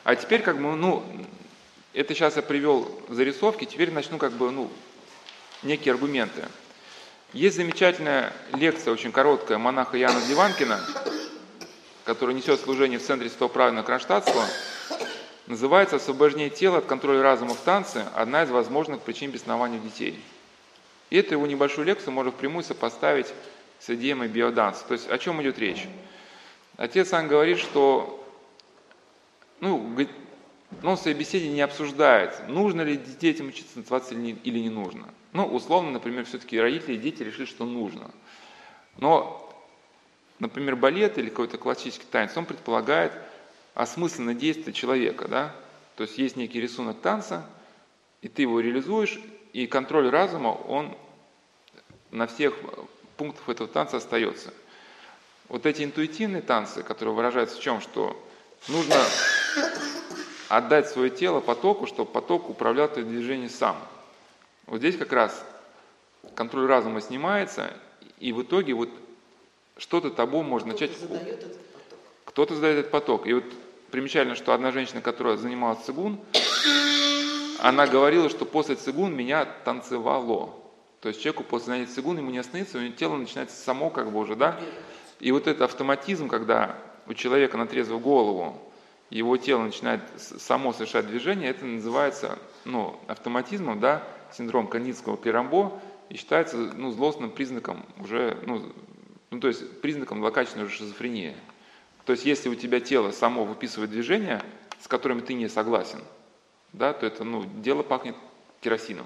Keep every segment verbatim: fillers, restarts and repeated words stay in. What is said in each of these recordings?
А теперь как бы, ну, это сейчас я привел зарисовки, теперь начну как бы, ну, некие аргументы. Есть замечательная лекция, очень короткая, монаха Яна Диванкина, который несет служение в центре Святого Праведного Кронштадтского. Называется «Освобождение тела от контроля разума в танце. Одна из возможных причин беснования детей». И эту его небольшую лекцию можно впрямую сопоставить с идеями биоданса. То есть о чем идет речь? Отец Ан говорит, что ну, он в своей беседе не обсуждает, нужно ли детям учиться танцевать или не, или не нужно. Ну, условно, например, все-таки родители и дети решили, что нужно. Но, например, балет или какой-то классический танец, он предполагает осмысленное действие человека, да? То есть есть некий рисунок танца, и ты его реализуешь, и контроль разума, он на всех пунктах этого танца остается. Вот эти интуитивные танцы, которые выражаются в чем, что нужно отдать свое тело потоку, чтобы поток управлял твоим движением сам. Вот здесь как раз контроль разума снимается, и в итоге вот что-то тобой можно начать... Кто-то задает этот поток. Кто-то задает этот поток. И вот примечательно, что одна женщина, которая занималась цигун, она говорила, что после цигун меня танцевало. То есть человеку после занятия цигун ему не остановиться, у него тело начинает само как бы уже, да? И вот этот автоматизм, когда у человека на трезвую голову его тело начинает само совершать движение, это называется ну, автоматизмом, да, синдром Кандинского Пирамбо, и считается ну, злостным признаком уже, ну, ну, то есть признаком злокачественной уже шизофрении. То есть если у тебя тело само выписывает движения, с которыми ты не согласен, да, то это ну, дело пахнет керосином.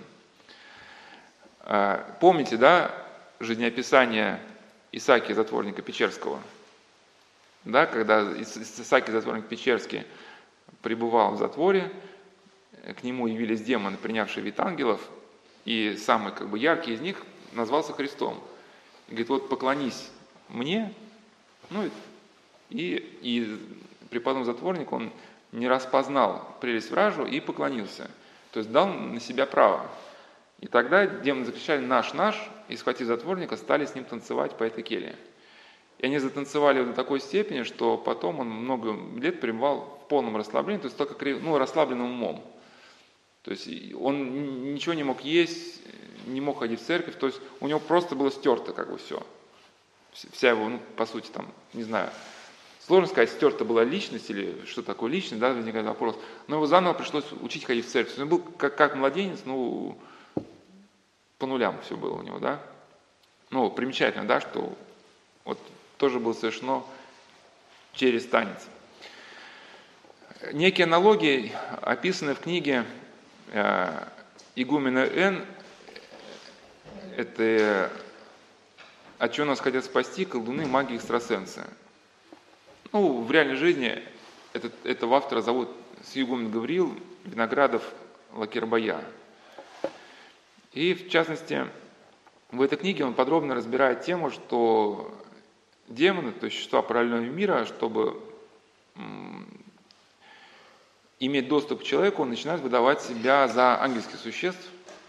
Помните, да, жизнеописание Исааки Затворника Печерского? Да, когда Исааки Затворник Печерский пребывал в затворе, к нему явились демоны, принявшие вид ангелов, и самый как бы, яркий из них назвался Христом. И говорит, вот поклонись мне, ну и, и преподобный затворник, он не распознал прелесть вражу и поклонился. То есть дал на себя право. И тогда демоны закричали «наш, наш», и, схватив затворника, стали с ним танцевать по этой келье. И они затанцевали до такой степени, что потом он много лет пребывал в полном расслаблении, то есть только ну, расслабленным умом. То есть он ничего не мог есть, не мог ходить в церковь, то есть у него просто было стерто как бы все. Вся его, ну, по сути, там, не знаю, сложно сказать, стерта была личность или что такое личность, да, возникает вопрос. Но его заново пришлось учить ходить в церковь. Он был как, как младенец, ну, по нулям все было у него, да. Ну, примечательно, да, что вот тоже было совершено через танец. Некие аналогии, описанные в книге э, игумена Н, это «От чего нас хотят спасти колдуны, маги, экстрасенсы». Ну, в реальной жизни этот, этого автора зовут Сигумен Гавриил Виноградов Лакербая. И, в частности, в этой книге он подробно разбирает тему, что демоны, то есть существа параллельного мира, чтобы м, иметь доступ к человеку, начинают выдавать себя за ангельских существ.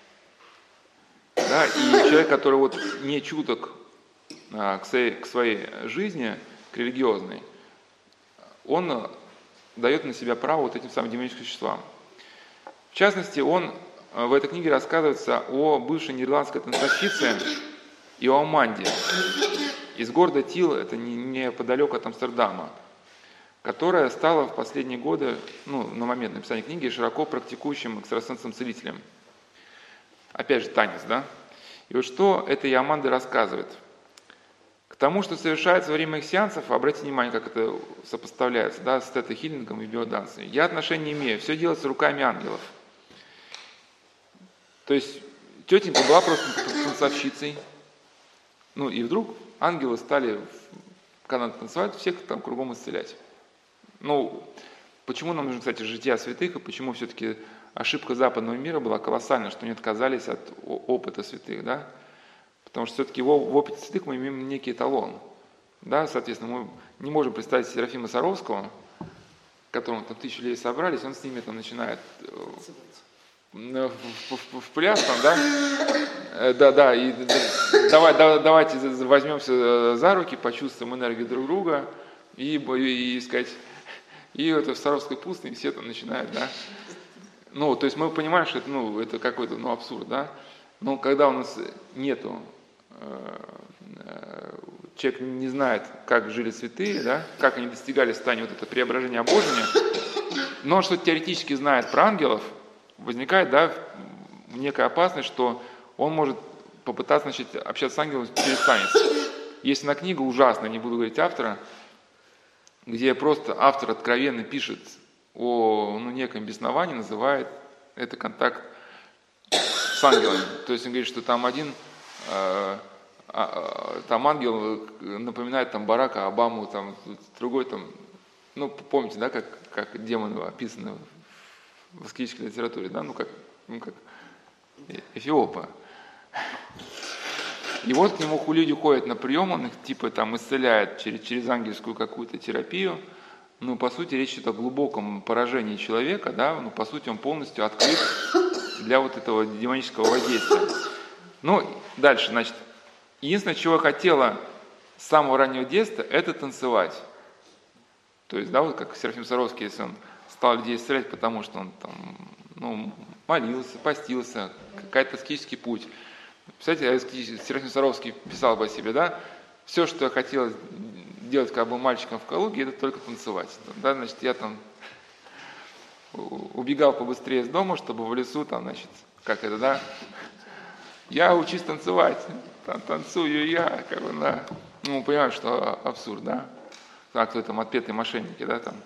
Да, и человек, который вот не чуток а, к, своей, к своей жизни, к религиозной, он дает на себя право вот этим самым демоническим существам. В частности, он в этой книге рассказывается о бывшей нидерландской танцовщице Иоаманде из города Тил, это неподалеку от Амстердама, которая стала в последние годы, ну, на момент написания книги, широко практикующим экстрасенсом-целителем. Опять же, танец, да? И вот что эта Иоаманда рассказывает. К тому, что совершается во время их сеансов, обратите внимание, как это сопоставляется, да, с тета-хиллингом и биодансом. Я отношения не имею, все делается руками ангелов. То есть тетенька была просто танцовщицей, ну и вдруг ангелы стали, когда надо танцевать, всех там кругом исцелять. Ну, почему нам нужно, кстати, жития святых, и почему все-таки ошибка западного мира была колоссальна, что они отказались от опыта святых, да? Потому что все-таки в опыте святых мы имеем некий эталон, да? Соответственно, мы не можем представить Серафима Саровского, которому там тысячу людей собрались, он с ними там начинает в, в, в пляс там, да? Да, да, и давай, да, давайте возьмемся за руки, почувствуем энергию друг друга и, и сказать, И это в Саровской пустыне все там начинают, да. Ну, то есть мы понимаем, что это, ну, это какой-то, ну, абсурд, да. Но когда у нас нету, человек не знает, как жили святые, да, как они достигали состояния вот это преображения обожения, но он что-то теоретически знает про ангелов, возникает, да, некая опасность, что он может попытаться начать общаться с ангелом через танец. Есть одна книга ужасная, не буду говорить автора, где просто автор откровенно пишет о, ну, неком бесновании, называет это контакт с ангелами. То есть он говорит, что там один э, э, там ангел напоминает там Барака Обаму, там другой там, ну, помните, да, как, как демоны описаны в аскетической литературе, да, ну как, ну как Эфиопа. И вот к нему люди ходят на прием, он их типа там исцеляет через, через ангельскую какую-то терапию. Ну, по сути, речь идет о глубоком поражении человека, да, ну, по сути, он полностью открыт для вот этого демонического воздействия. Ну, дальше, значит, единственное, чего я хотела с самого раннего детства, это танцевать. То есть, да, вот как Серафим Саровский, если он стал людей исцелять, потому что он там, ну, молился, постился, какой-то аскетический путь. Представляете, Серафим Саровский писал бы о себе, да, все, что я хотел делать, когда был мальчиком в Калуге, это только танцевать. Да, значит, я там убегал побыстрее из дома, чтобы в лесу, там, значит, как это, да, я учусь танцевать, там, танцую я, как бы, да. Ну, мы понимаем, что абсурд, да. А кто там, отпетые мошенники, да, там.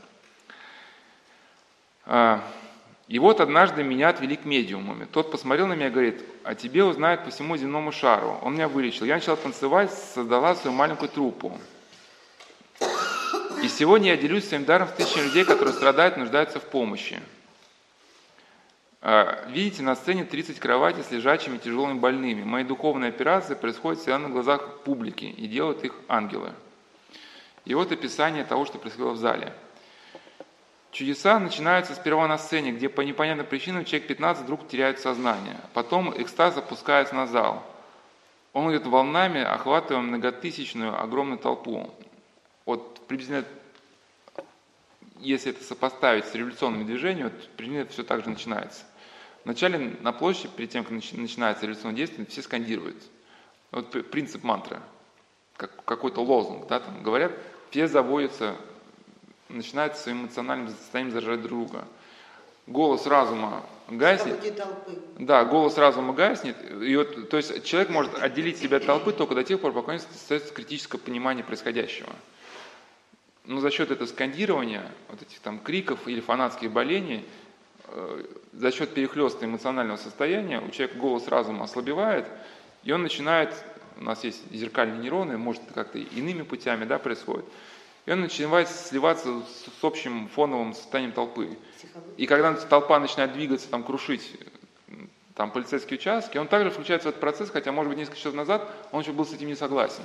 А, и вот однажды меня отвели к медиуму. Тот посмотрел на меня и говорит: о тебе узнают по всему земному шару. Он меня вылечил. Я начала танцевать, создала свою маленькую труппу. И сегодня я делюсь своим даром с тысячами людей, которые страдают, нуждаются в помощи. Видите, на сцене тридцать кроватей с лежачими тяжелыми больными. Мои духовные операции происходят всегда на глазах публики, и делают их ангелы. И вот описание того, что происходило в зале. Чудеса начинаются сперва на сцене, где по непонятным причинам человек пятнадцать вдруг теряет сознание. Потом экстаз опускается на зал. Он идет волнами, охватывая многотысячную огромную толпу. Вот приблизительно, если это сопоставить с революционными движениями, вот примерно все так же начинается. Вначале на площади, перед тем, как начинается революционное действие, все скандируют. Вот принцип мантры, как, какой-то лозунг, да, там говорят, все заводятся, начинают своим эмоциональным состоянием заражать друга. Голос разума гаснет. Да, голос разума гаснет. И вот, то есть человек может отделить себя от толпы только до тех пор, пока не остается критическое понимание происходящего. Но за счет этого скандирования, вот этих там криков или фанатских болений, э, за счет перехлёста эмоционального состояния у человека голос разума ослабевает, и он начинает, у нас есть зеркальные нейроны, может как-то иными путями, да, происходит, и он начинает сливаться с, с общим фоновым состоянием толпы. И когда толпа начинает двигаться, там, крушить там, полицейские участки, он также включается в этот процесс, хотя, может быть, несколько часов назад он еще был с этим не согласен.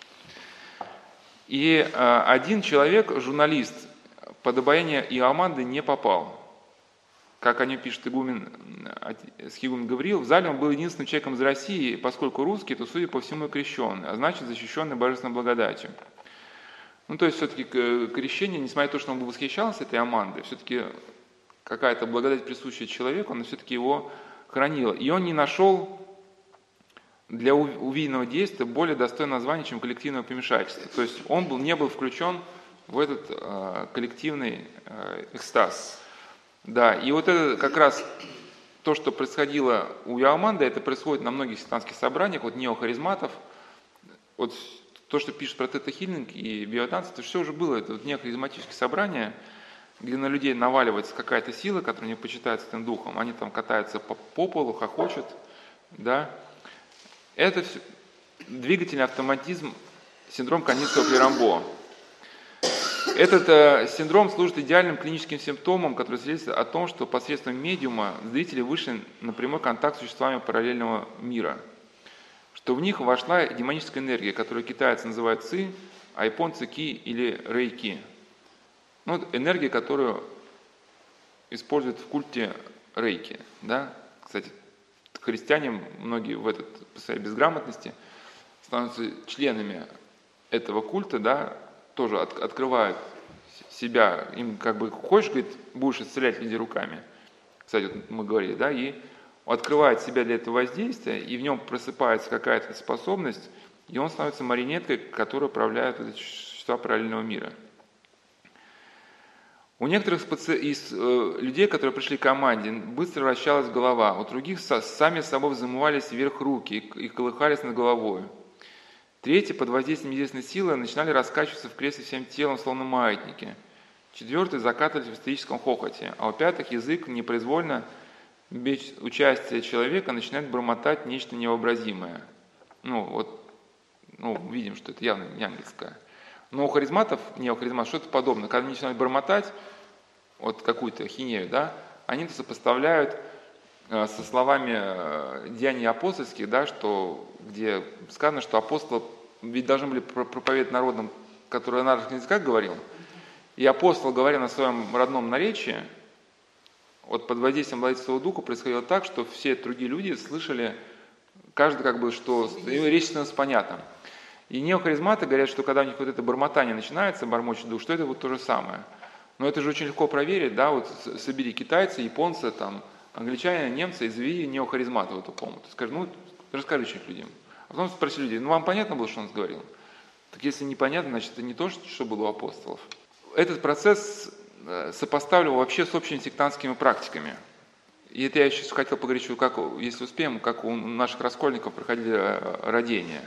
И э, один человек, журналист, под обаяние Иоаманды не попал. Как о нем пишет игумен, схигумен Гавриил, в зале он был единственным человеком из России, поскольку русский, то, судя по всему, крещенный, а значит, защищенный божественной благодатью. Ну, то есть, все-таки крещение, несмотря на то, что он восхищался этой Иоамандой, все-таки какая-то благодать, присущая человеку, она все-таки его хранила. И он не нашел для увиденного действия более достойное название, чем коллективное помешательство. То есть он был, не был включен в этот э, коллективный э, экстаз. Да, и вот это как раз то, что происходило у Иоаманды, это происходит на многих сектантских собраниях, вот неохаризматов, вот то, что пишет про тета-хилинг и биотанцы, это все уже было, это вот неохаризматические собрания, где на людей наваливается какая-то сила, которая не почитается этим духом, они там катаются по, по полу, хохочут, да. Это все двигательный автоматизм, синдром Каницкого-Клерамбо. Этот э, синдром служит идеальным клиническим симптомом, который свидетельствует о том, что посредством медиума зрители вышли на прямой контакт с существами параллельного мира, что в них вошла демоническая энергия, которую китайцы называют ци, а японцы ки или рейки. Ну, энергия, которую используют в культе рейки. Да? Кстати, христиане, многие в этот, по своей безграмотности, становятся членами этого культа, да, тоже от, открывают себя, им как бы хочешь, говорит, будешь исцелять людей руками. Кстати, вот мы говорили, да, и открывает себя для этого воздействия, и в нем просыпается какая-то способность, и он становится марионеткой, которая управляет вот эти существа параллельного мира. У некоторых из людей, которые пришли к команде, быстро вращалась голова, у других сами собой взмывались вверх руки и колыхались над головой. Третьи под воздействием неизвестной силы начинали раскачиваться в кресле всем телом, словно маятники. Четвертые закатывались в истерическом хохоте, а у пятых язык непроизвольно, без участия человека, начинает бормотать нечто невообразимое. Ну, вот, ну, видим, что это явно не ангельское. Но у харизматов, не у харизматов, что-то подобное. Когда они начинают бормотать, вот какую-то хинею, да, они это сопоставляют э, со словами э, деяний апостольских, да, что, где сказано, что апостолы ведь должны были проповедовать народам, которые на разных языках говорил, и апостол, говоря на своем родном наречии, вот под воздействием Владыческого Духа происходило так, что все другие люди слышали, каждый как бы, что речь становится понятна. И неохаризматы говорят, что когда у них вот это бормотание начинается, бормочет дух, что это вот то же самое. Но это же очень легко проверить, да, вот собери китайцы, японцы, там, англичане, немцы, и заведи неохаризматы в эту комнату. Скажи, ну, расскажи что-нибудь людям. А потом спросили людей, ну, вам понятно было, что он говорил? Так если непонятно, значит, это не то, что было у апостолов. Этот процесс сопоставливал вообще с общими сектантскими практиками. И это я сейчас хотел поговорить, что как, если успеем, как у наших раскольников проходили родения.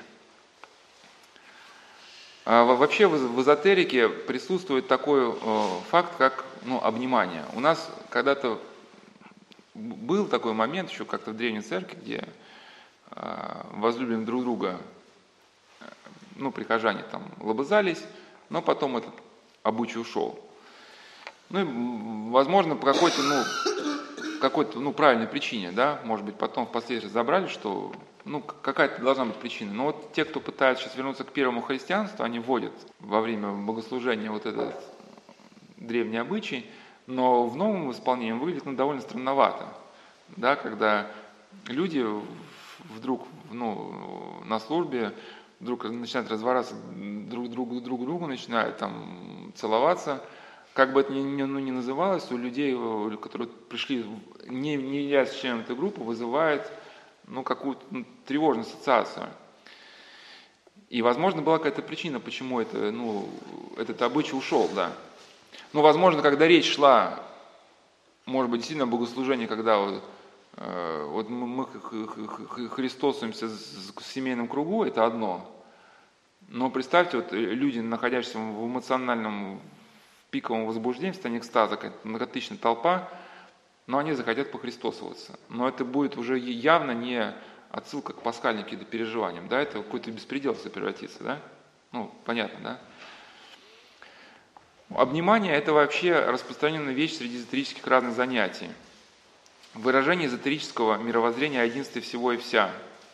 А вообще в эзотерике присутствует такой факт, как ну, обнимание. У нас когда-то был такой момент, еще как-то в Древней Церкви, где возлюбленные друг друга, ну, прихожане там лобызались, но потом этот обычай ушел. Ну, и, возможно, по какой-то, ну, какой-то, ну, правильной причине, да, может быть, потом впоследствии разобрали, что, ну, какая-то должна быть причина. Но вот те, кто пытаются сейчас вернуться к первому христианству, они вводят во время богослужения вот этот древний обычай, но в новом исполнении он выглядит, ну, довольно странновато, да, когда люди вдруг, ну, на службе вдруг начинают разворачиваться друг другу, друг другу, начинают там целоваться. Как бы это ни, ни, ну, ни называлось, у людей, которые пришли, не, не являясь членом этой группы, вызывает ну, какую-то ну, тревожную ассоциацию. И, возможно, была какая-то причина, почему это, ну, этот обычай ушел, да. Ну, возможно, когда речь шла, может быть, действительно о богослужении, когда вот, э, вот мы христосуемся в семейном кругу, это одно. Но представьте, вот люди, находящиеся в эмоциональном пиковом возбуждении, в состоянии экстаза, многотысячная толпа, но они захотят похристосоваться. Но это будет уже явно не отсылка к пасхальным каким-то переживаниям, да, это какой-то беспредел все превратится, да? Ну, понятно, да? Обнимание – это вообще распространенная вещь среди эзотерических разных занятий. Выражение эзотерического мировоззрения о единстве всего и вся.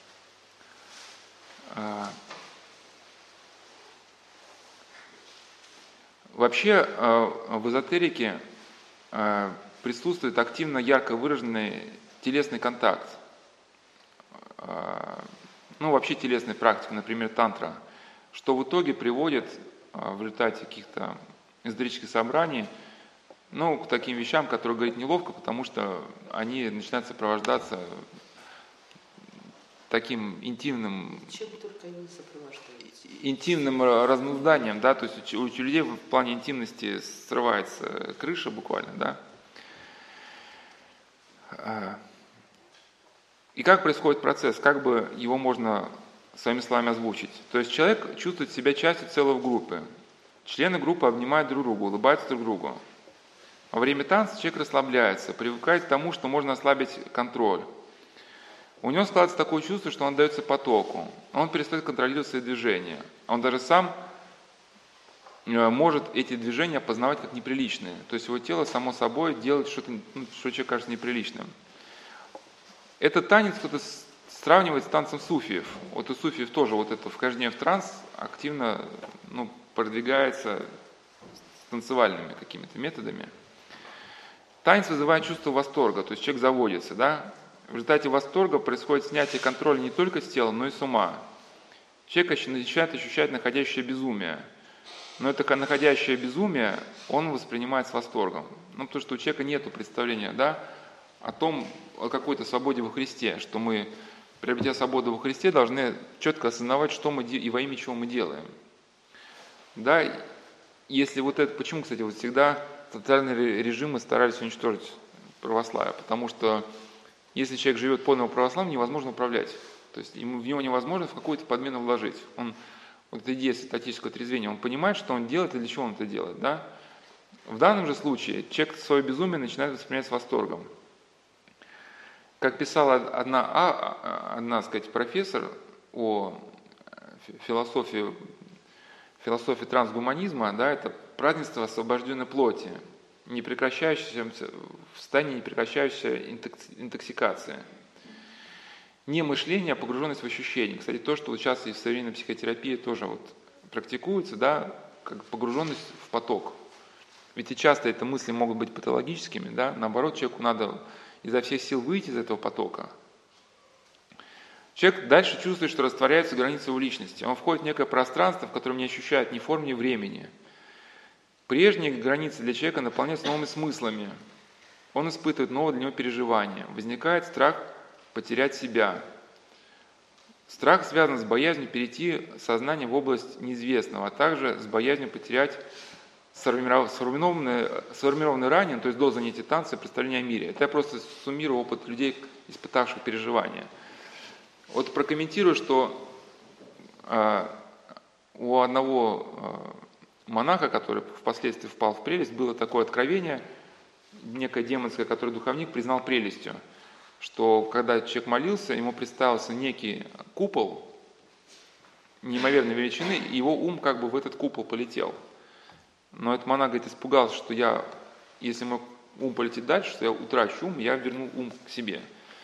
Вообще в эзотерике присутствует активно ярко выраженный телесный контакт. Ну, вообще телесная практика, например, тантра, что в итоге приводит в результате каких-то эзотерических собраний ну, к таким вещам, которые говорить неловко, потому что они начинают сопровождаться таким интимным, чем только они сопровождаются. Интимным разнузданием, да, то есть у, у людей в плане интимности срывается крыша буквально, да. И как происходит процесс, как бы его можно своими словами озвучить? То есть человек чувствует себя частью целой группы. Члены группы обнимают друг друга, улыбаются друг другу. Во время танца человек расслабляется, привыкает к тому, что можно ослабить контроль. У него складывается такое чувство, что он отдается потоку. Он перестает контролировать свои движения. Он даже сам может эти движения опознавать как неприличные. То есть его тело само собой делает что-то, ну, что человеку кажется неприличным. Этот танец кто-то сравнивает с танцем суфиев. Вот у суфиев тоже вот это вхождение в транс активно ну, продвигается с танцевальными какими-то методами. Танец вызывает чувство восторга, то есть человек заводится, да? В результате восторга происходит снятие контроля не только с тела, но и с ума. Человек начинает ощущать находящее безумие. но это находящее безумие он воспринимает с восторгом. Ну, потому что у человека нет представления, да, о том, о какой-то свободе во Христе, что мы, приобретя свободу во Христе, должны четко осознавать, что мы и во имя чего мы делаем. Да, если вот это, почему, кстати, вот всегда тотальные режимы старались уничтожить православие, потому что если человек живет полным православием, невозможно управлять. То есть ему, в него невозможно в какую-то подмену вложить. Он, вот эта идея статического трезвения, он понимает, что он делает и для чего он это делает. Да? В данном же случае человек свое безумие начинает воспринимать с восторгом. Как писала одна, а, одна сказать, профессор о философии, философии трансгуманизма, да, это празднество освобожденной плоти, не прекращающееся, в состоянии непрекращающейся интоксикации. Не мышление, а погруженность в ощущения. Кстати, то, что сейчас и в современной психотерапии тоже вот практикуется, да, как погруженность в поток. Ведь и часто это мысли могут быть патологическими, да, наоборот, человеку надо изо всех сил выйти из этого потока. Человек дальше чувствует, что растворяются границы его личности. Он входит в некое пространство, в котором не ощущает ни форм, ни времени. Прежние границы для человека наполняются новыми смыслами. Он испытывает новые для него переживания. Возникает страх потерять себя. Страх связан с боязнью перейти сознание в область неизвестного, а также с боязнью потерять сформированные, сформированные ранее, то есть до занятия танца, представление о мире. Это я просто суммирую опыт людей, испытавших переживания. Вот прокомментирую, что э, у одного э, монаха, который впоследствии впал в прелесть, было такое откровение, некое демонское, которое духовник признал прелестью, что когда человек молился, ему представился некий купол неимоверной величины, и его ум как бы в этот купол полетел. Но этот монах, говорит, испугался, что я, если мой ум полетит дальше, что я утрачу ум, я верну ум к себе.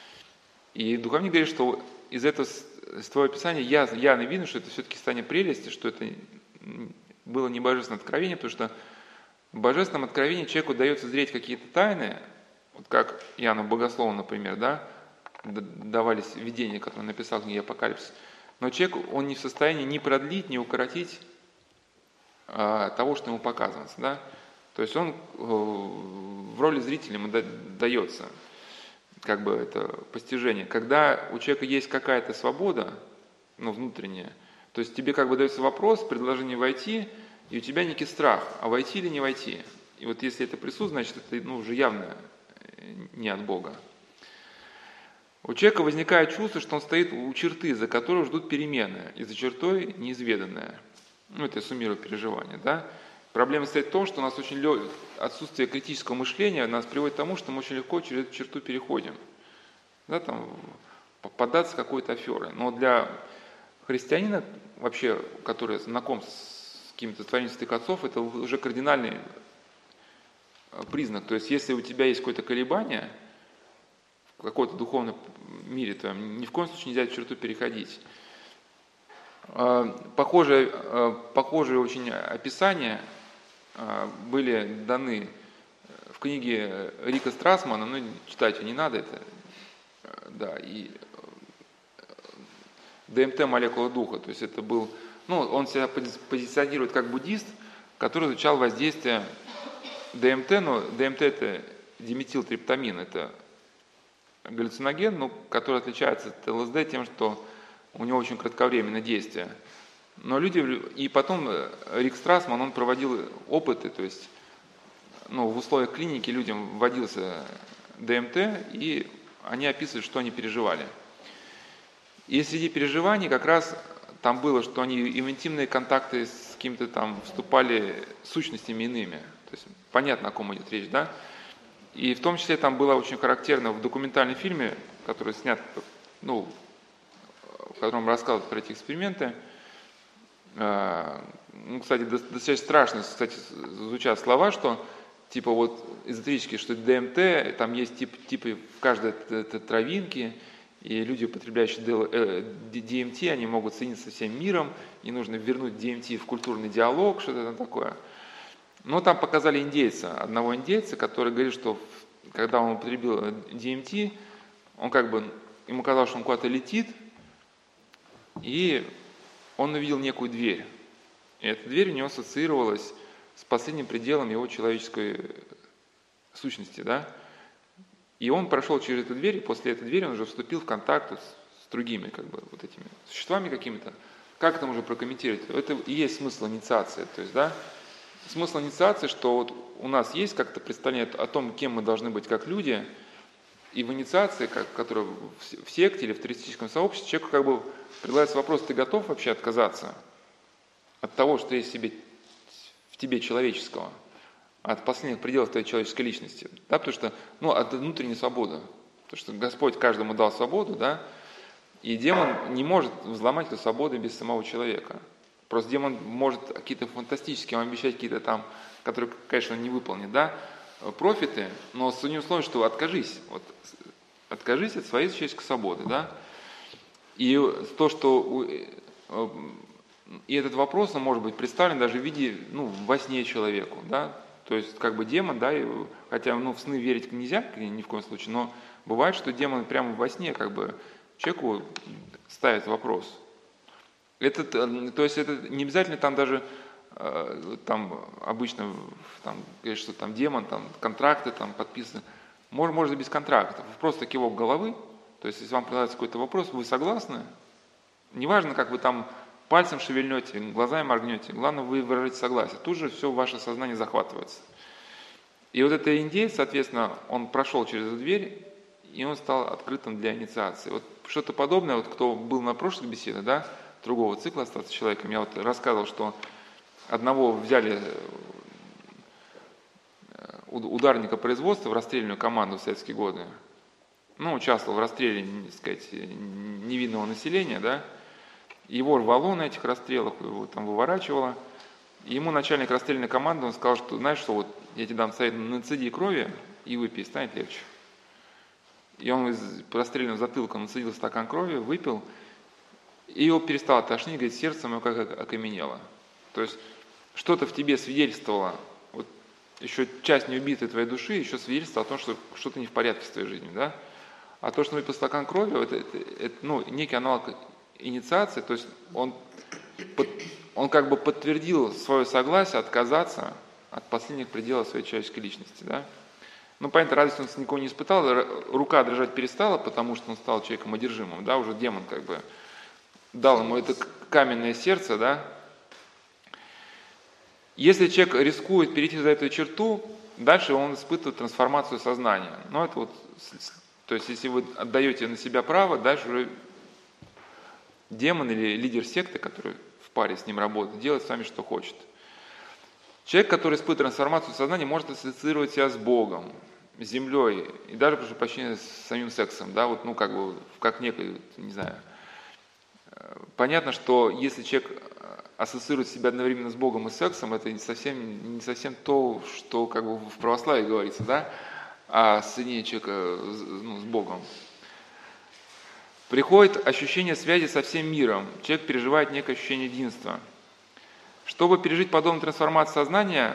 И духовник говорит, что из этого, из твоего описания я, явно видно, что это все-таки состояние прелести, что это было не божественное откровение, потому что в божественном откровении человеку дается зреть какие-то тайны, вот как Иоанну Богослову, например, да, давались видения, которые он написал в книге «Апокалипсис». Но человек, он не в состоянии ни продлить, ни укоротить а, того, что ему показывается. Да? То есть он в роли зрителя ему дается как бы это постижение. Когда у человека есть какая-то свобода, ну, внутренняя, то есть тебе как бы дается вопрос, предложение войти, и у тебя некий страх, а войти или не войти. И вот если это присутствует, значит, это ну, уже явно не от Бога. У человека возникает чувство, что он стоит у черты, за которой ждут перемены, и за чертой неизведанное. Ну, это я суммирую переживания, да. Проблема стоит в том, что у нас очень лё... отсутствие критического мышления нас приводит к тому, что мы очень легко через эту черту переходим. Да, там, поддаться какой-то аферой. Но для христианина, вообще, который знаком с какими-то творениями святых отцов, это уже кардинальный признак. То есть, если у тебя есть какое-то колебание в какой-то духовном мире твоем, ни в коем случае нельзя эту черту переходить. Похожие, похожие очень описания были даны в книге Рика Страсмана, ну, читать ее не надо, это, да, и ДМТ «Молекула духа», то есть это был, ну, он себя позиционирует как буддист, который изучал воздействие ДМТ, но ДМТ это диметилтриптамин, это галлюциноген, ну, который отличается от ЛСД тем, что у него очень кратковременное действие. Но люди, и потом Рик Страсман, он проводил опыты, то есть ну, в условиях клиники людям вводился ДМТ, и они описывают, что они переживали. И среди переживаний как раз там было, что они и в интимные контакты с кем-то там вступали сущностями иными. То есть понятно, о ком идет речь, да? И в том числе там было очень характерно в документальном фильме, который снят, ну, в котором рассказывают про эти эксперименты. Ну, кстати, достаточно страшно, кстати, звучат слова, что типа вот эзотерические, что ДМТ, там есть тип, типы в каждой травинке, и люди, употребляющие ДМТ, они могут соединиться со всем миром, и нужно вернуть ДМТ в культурный диалог, что-то там такое. Но там показали индейца, одного индейца, который говорит, что когда он употребил ДМТ, он как бы, ему казалось, что он куда-то летит, и он увидел некую дверь. И эта дверь у него ассоциировалась с последним пределом его человеческой сущности, да. И он прошел через эту дверь, и после этой двери он уже вступил в контакт с, с другими, как бы, вот этими существами какими-то. Как это можно прокомментировать? Это и есть смысл инициации. То есть, да, смысл инициации, что вот у нас есть как-то представление о том, кем мы должны быть как люди, и в инициации, как, которая в секте или в туристическом сообществе, человеку как бы предлагается вопрос: ты готов вообще отказаться от того, что есть в, себе, в тебе человеческого, от последних пределов твоей человеческой личности, да, потому что, ну, от внутренней свободы, потому что Господь каждому дал свободу, да, и демон не может взломать эту свободу без самого человека. Просто демон может какие-то фантастические, вам обещать какие-то там, которые, конечно, он не выполнит, да, профиты, но с одним условием, что откажись, вот, откажись от своей человеческой свободы, да, и то, что и этот вопрос, он может быть представлен даже в виде, ну, во сне человеку, да. То есть, как бы демон, да, и, хотя, ну, в сны верить нельзя ни в коем случае, но бывает, что демон прямо во сне, как бы, человеку ставит вопрос. Это, то есть, это не обязательно там даже, там, обычно, там, говорят, что там демон, там, контракты там подписаны. Может, может без контрактов. Просто кивок головы, то есть, если вам предлагается какой-то вопрос, вы согласны? Неважно, как вы там пальцем шевельнете, глазами моргнете. Главное, вы выражаете согласие. Тут же все ваше сознание захватывается. И вот этот индеец, соответственно, он прошел через эту дверь, и он стал открытым для инициации. Вот что-то подобное, вот кто был на прошлых беседах, да, другого цикла «Остаться человеком», я вот рассказывал, что одного взяли ударника производства в расстрельную команду в советские годы. Ну, участвовал в расстреле, так сказать, невинного населения, да. Его рвало на этих расстрелах, его там выворачивало. И ему начальник расстрельной команды, он сказал, что, знаешь что, вот я тебе дам совет, нацеди крови и выпей, станет легче. И он из расстрельного затылка нацедил стакан крови, выпил, и его перестало тошнить, говорит, сердце мое как окаменело. То есть что-то в тебе свидетельствовало, вот еще часть неубитой твоей души еще свидетельствовало о том, что что-то не в порядке с твоей жизнью, да? А то, что он выпил стакан крови, это, это, это ну, некий аналог инициации, то есть он, он как бы подтвердил свое согласие отказаться от последних пределов своей человеческой личности, да? Ну, понятно, радость он никого не испытал, рука дрожать перестала, потому что он стал человеком одержимым, да, уже демон как бы дал ему это каменное сердце, да. Если человек рискует перейти за эту черту, дальше он испытывает трансформацию сознания. Ну, это вот, то есть, если вы отдаете на себя право, дальше уже демон или лидер секты, который в паре с ним работает, делает с вами, что хочет. Человек, который испытывает трансформацию сознания, может ассоциировать себя с Богом, с землей, и даже, прошу прощения, с самим сексом, да, вот, ну, как бы, как некой, не знаю. Понятно, что если человек ассоциирует себя одновременно с Богом и сексом, это не совсем, не совсем то, что, как бы, в православии говорится, да, о соединении человека, ну, с Богом. Приходит ощущение связи со всем миром, человек переживает некое ощущение единства. Чтобы пережить подобную трансформацию сознания,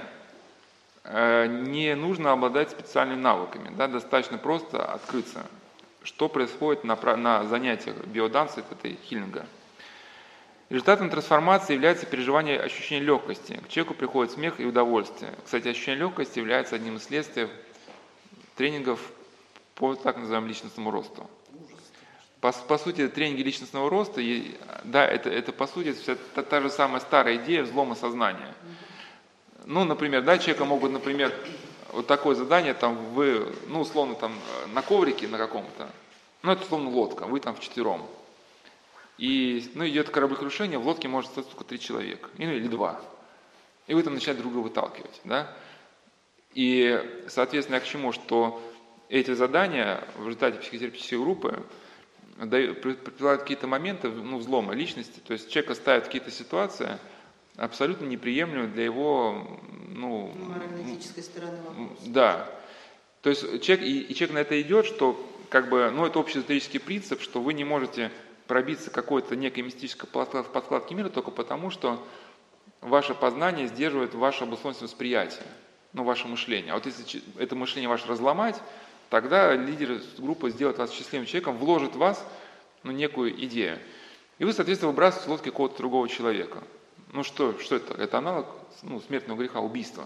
не нужно обладать специальными навыками, да, достаточно просто открыться, что происходит на, на занятиях биоданса, этой хилинга. Результатом трансформации является переживание ощущения легкости. К человеку приходит смех и удовольствие. Кстати, ощущение легкости является одним из следствий тренингов по так называемому личностному росту. По, по сути, тренинги личностного роста, да, это, это по сути вся та, та же самая старая идея взлома сознания. Ну, например, да, человека могут, например, вот такое задание, там вы, ну, условно, там на коврике на каком-то, ну, это условно лодка, вы там вчетвером. И, ну, идет кораблекрушение, в лодке может остаться только три человека, ну, или два. И вы там начинаете друг друга выталкивать, да. И, соответственно, к чему, что эти задания в результате психотерапевтической группы предполагают какие-то моменты, ну, взлома личности, то есть человека ставят в какие-то ситуации абсолютно неприемлемые для его, ну... Морально-этической стороны вопроса. Да. То есть человек, и, и человек на это идет, что, как бы, ну, это общеэзотерический принцип, что вы не можете пробиться какой-то некой мистической подкладки мира только потому, что ваше познание сдерживает вашу обусловленность восприятия, ну, ваше мышление. А вот если это мышление ваше разломать, тогда лидер группы сделает вас счастливым человеком, вложит в вас, ну, некую идею. И вы, соответственно, выбрасываете с лодки какого-то другого человека. Ну что, что это? Это аналог ну, смертного греха, убийства.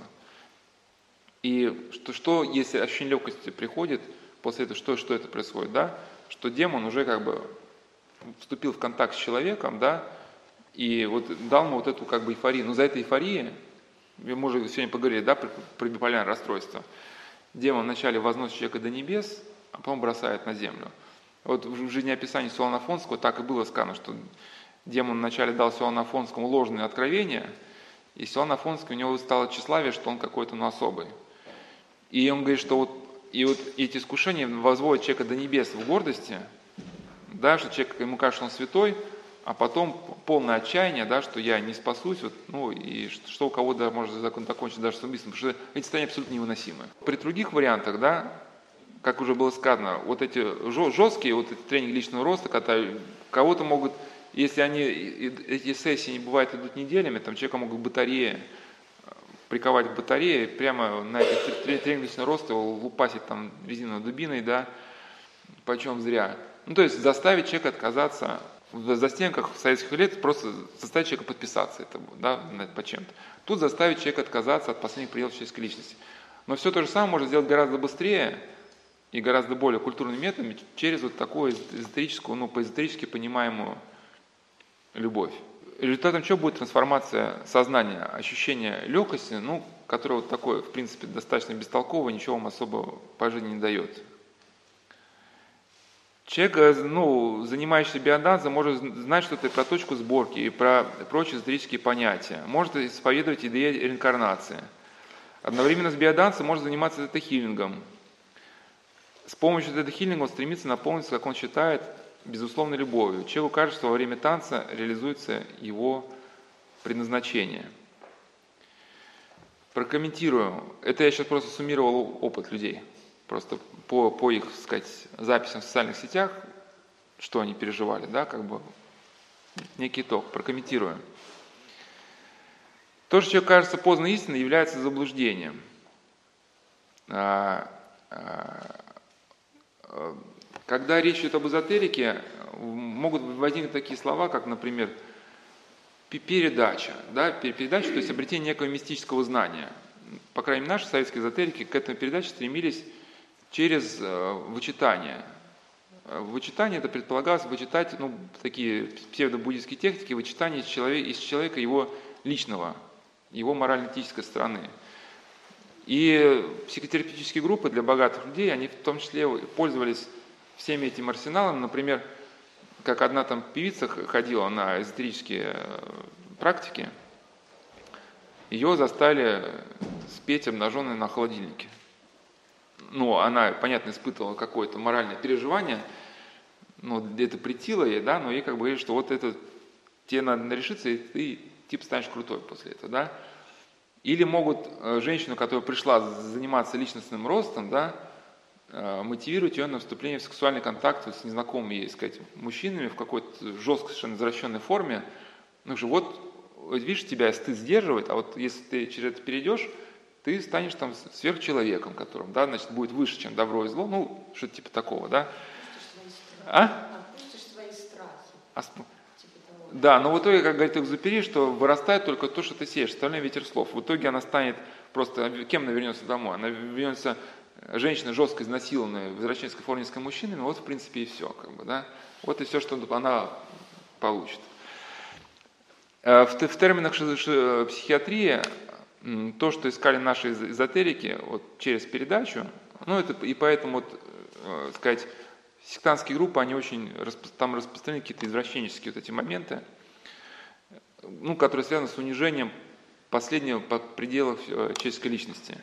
И что, что, если ощущение легкости приходит, после этого что, что это происходит, да? Что демон уже как бы вступил в контакт с человеком, да, и вот дал ему вот эту как бы эйфорию. Но за этой эйфорией, мы уже сегодня поговорили, да, про, про биполярное расстройство, демон вначале возносит человека до небес, а потом бросает на землю. Вот в жизнеописании Силуана Афонского так и было сказано, что демон вначале дал Силуану Афонскому ложные откровения, и Силуан Афонский, у него стало тщеславие, что он какой-то ну, особый. И он говорит, что вот, и вот эти искушения возводят человека до небес в гордости, да, что человек, ему кажется, что он святой, а потом полное отчаяние, да, что я не спасусь, вот, ну и что, что у кого да, может закончиться даже самоубийством, потому что эти состояния абсолютно невыносимы. При других вариантах, да, как уже было сказано, вот эти жесткие, вот этот тренинг личного роста, когда кого-то могут, если они, эти сессии не бывают идут неделями, там человека могут батареи, приковать к батарее, прямо на этот тренинг личного роста его лупасить там резиновой дубиной, да, почем зря. Ну, то есть заставить человека отказаться, в застенках советских лет просто заставить человека подписаться это, да, по чем-то. Тут заставить человека отказаться от последних пределов человеческой личности. Но все то же самое можно сделать гораздо быстрее и гораздо более культурными методами через вот такую эзотерическую, ну, по-эзотерически понимаемую любовь. Результатом чего будет трансформация сознания, ощущение легкости, ну, которое вот такое, в принципе, достаточно бестолковое, ничего вам особо по жизни не дает. Человек, ну, занимающийся биоданзом, может знать что-то и про точку сборки, и про прочие эзотерические понятия, может исповедовать идеи реинкарнации. Одновременно с биоданцем может заниматься тета-хиллингом. С помощью тета-хиллинга он стремится наполниться, как он считает, безусловной любовью. Человеку кажется, что во время танца реализуется его предназначение. Прокомментирую. Это я сейчас просто суммировал опыт людей. Просто по, по их, так сказать, записям в социальных сетях, что они переживали, да, как бы некий итог. Прокомментирую. То, что человеку кажется познанной истиной, является заблуждением. А, а, Когда речь идет об эзотерике, могут возникнуть такие слова, как, например, передача. Да? Передача, то есть обретение некого мистического знания. По крайней мере, наши советские эзотерики к этой передаче стремились через вычитание. Вычитание это предполагалось вычитать ну, такие псевдобуддийские техники, вычитание из человека, из человека его личного, его морально-этической стороны. И психотерапевтические группы для богатых людей, они в том числе пользовались всеми этими арсеналами. Например, как одна там певица ходила на эзотерические практики, ее заставили спеть обнаженной на холодильнике. Ну, она, понятно, испытывала какое-то моральное переживание, ну, это претило ей, да, но ей как бы говорили, что вот это тебе надо решиться, и ты типа станешь крутой после этого, да. Или могут женщину, которая пришла заниматься личностным ростом, да, мотивировать ее на вступление в сексуальный контакт с незнакомыми ей, сказать, мужчинами в какой-то жесткой, совершенно извращенной форме. Ну же, вот, видишь, тебя стыд сдерживает, а вот если ты через это перейдешь, ты станешь там сверхчеловеком, которым, да, значит, будет выше, чем добро и зло, ну, что-то типа такого, да. А? Отпустишь свои страхи. А? Да, но в итоге, как говорит Экзюпери, что вырастает только то, что ты сеешь, остальное ветер слов. В итоге она станет просто, кем она вернется домой? Она вернется женщина жестко изнасилованная в извращенской форме с мужчинами, ну вот в принципе и все, как бы, да. Вот и все, что она получит. В, в терминах психиатрии то, что искали наши эзотерики вот, через передачу, ну это и поэтому, вот, э, сказать, сектантские группы, они очень, там распространены какие-то извращенческие вот эти моменты, ну, которые связаны с унижением последнего пределов человеческой личности.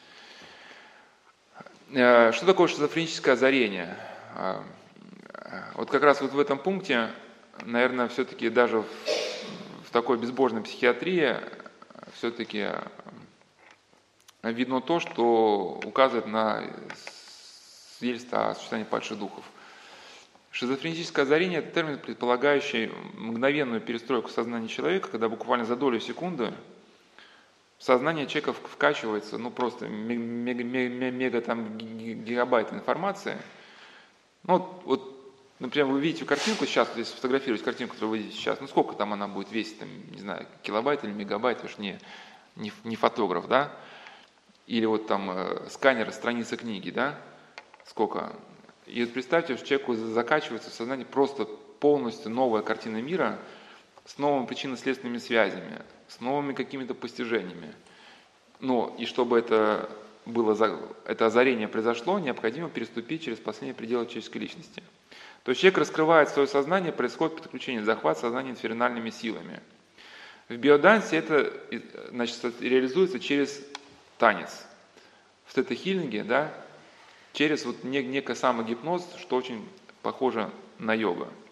Что такое шизофреническое озарение? Вот как раз вот в этом пункте, наверное, все-таки даже в, в такой безбожной психиатрии все-таки видно то, что указывает на свидетельство о существовании падших духов. Шизофреническое озарение – это термин, предполагающий мгновенную перестройку сознания человека, когда буквально за долю секунды в сознание человека вкачивается ну, просто мега, мега, мега там, гигабайт информации. Ну, вот, вот Например, вы видите картинку сейчас, вот если сфотографировать картинку, которую вы видите сейчас, ну сколько там она будет весить, там, не знаю, килобайт или мегабайт, я уж не, не, не фотограф, да? Или вот там э, сканер страницы книги, да? Сколько? И вот представьте, что человеку закачивается в сознание просто полностью новая картина мира с новыми причинно-следственными связями, с новыми какими-то постижениями. Но и чтобы это было, это озарение произошло, необходимо переступить через последние пределы человеческой личности. То есть человек раскрывает свое сознание, происходит подключение, захват сознания инфернальными силами. В биодансе это, значит, реализуется через танец. В тета-хилинге, да, через вот некий самогипноз, что очень похоже на йогу.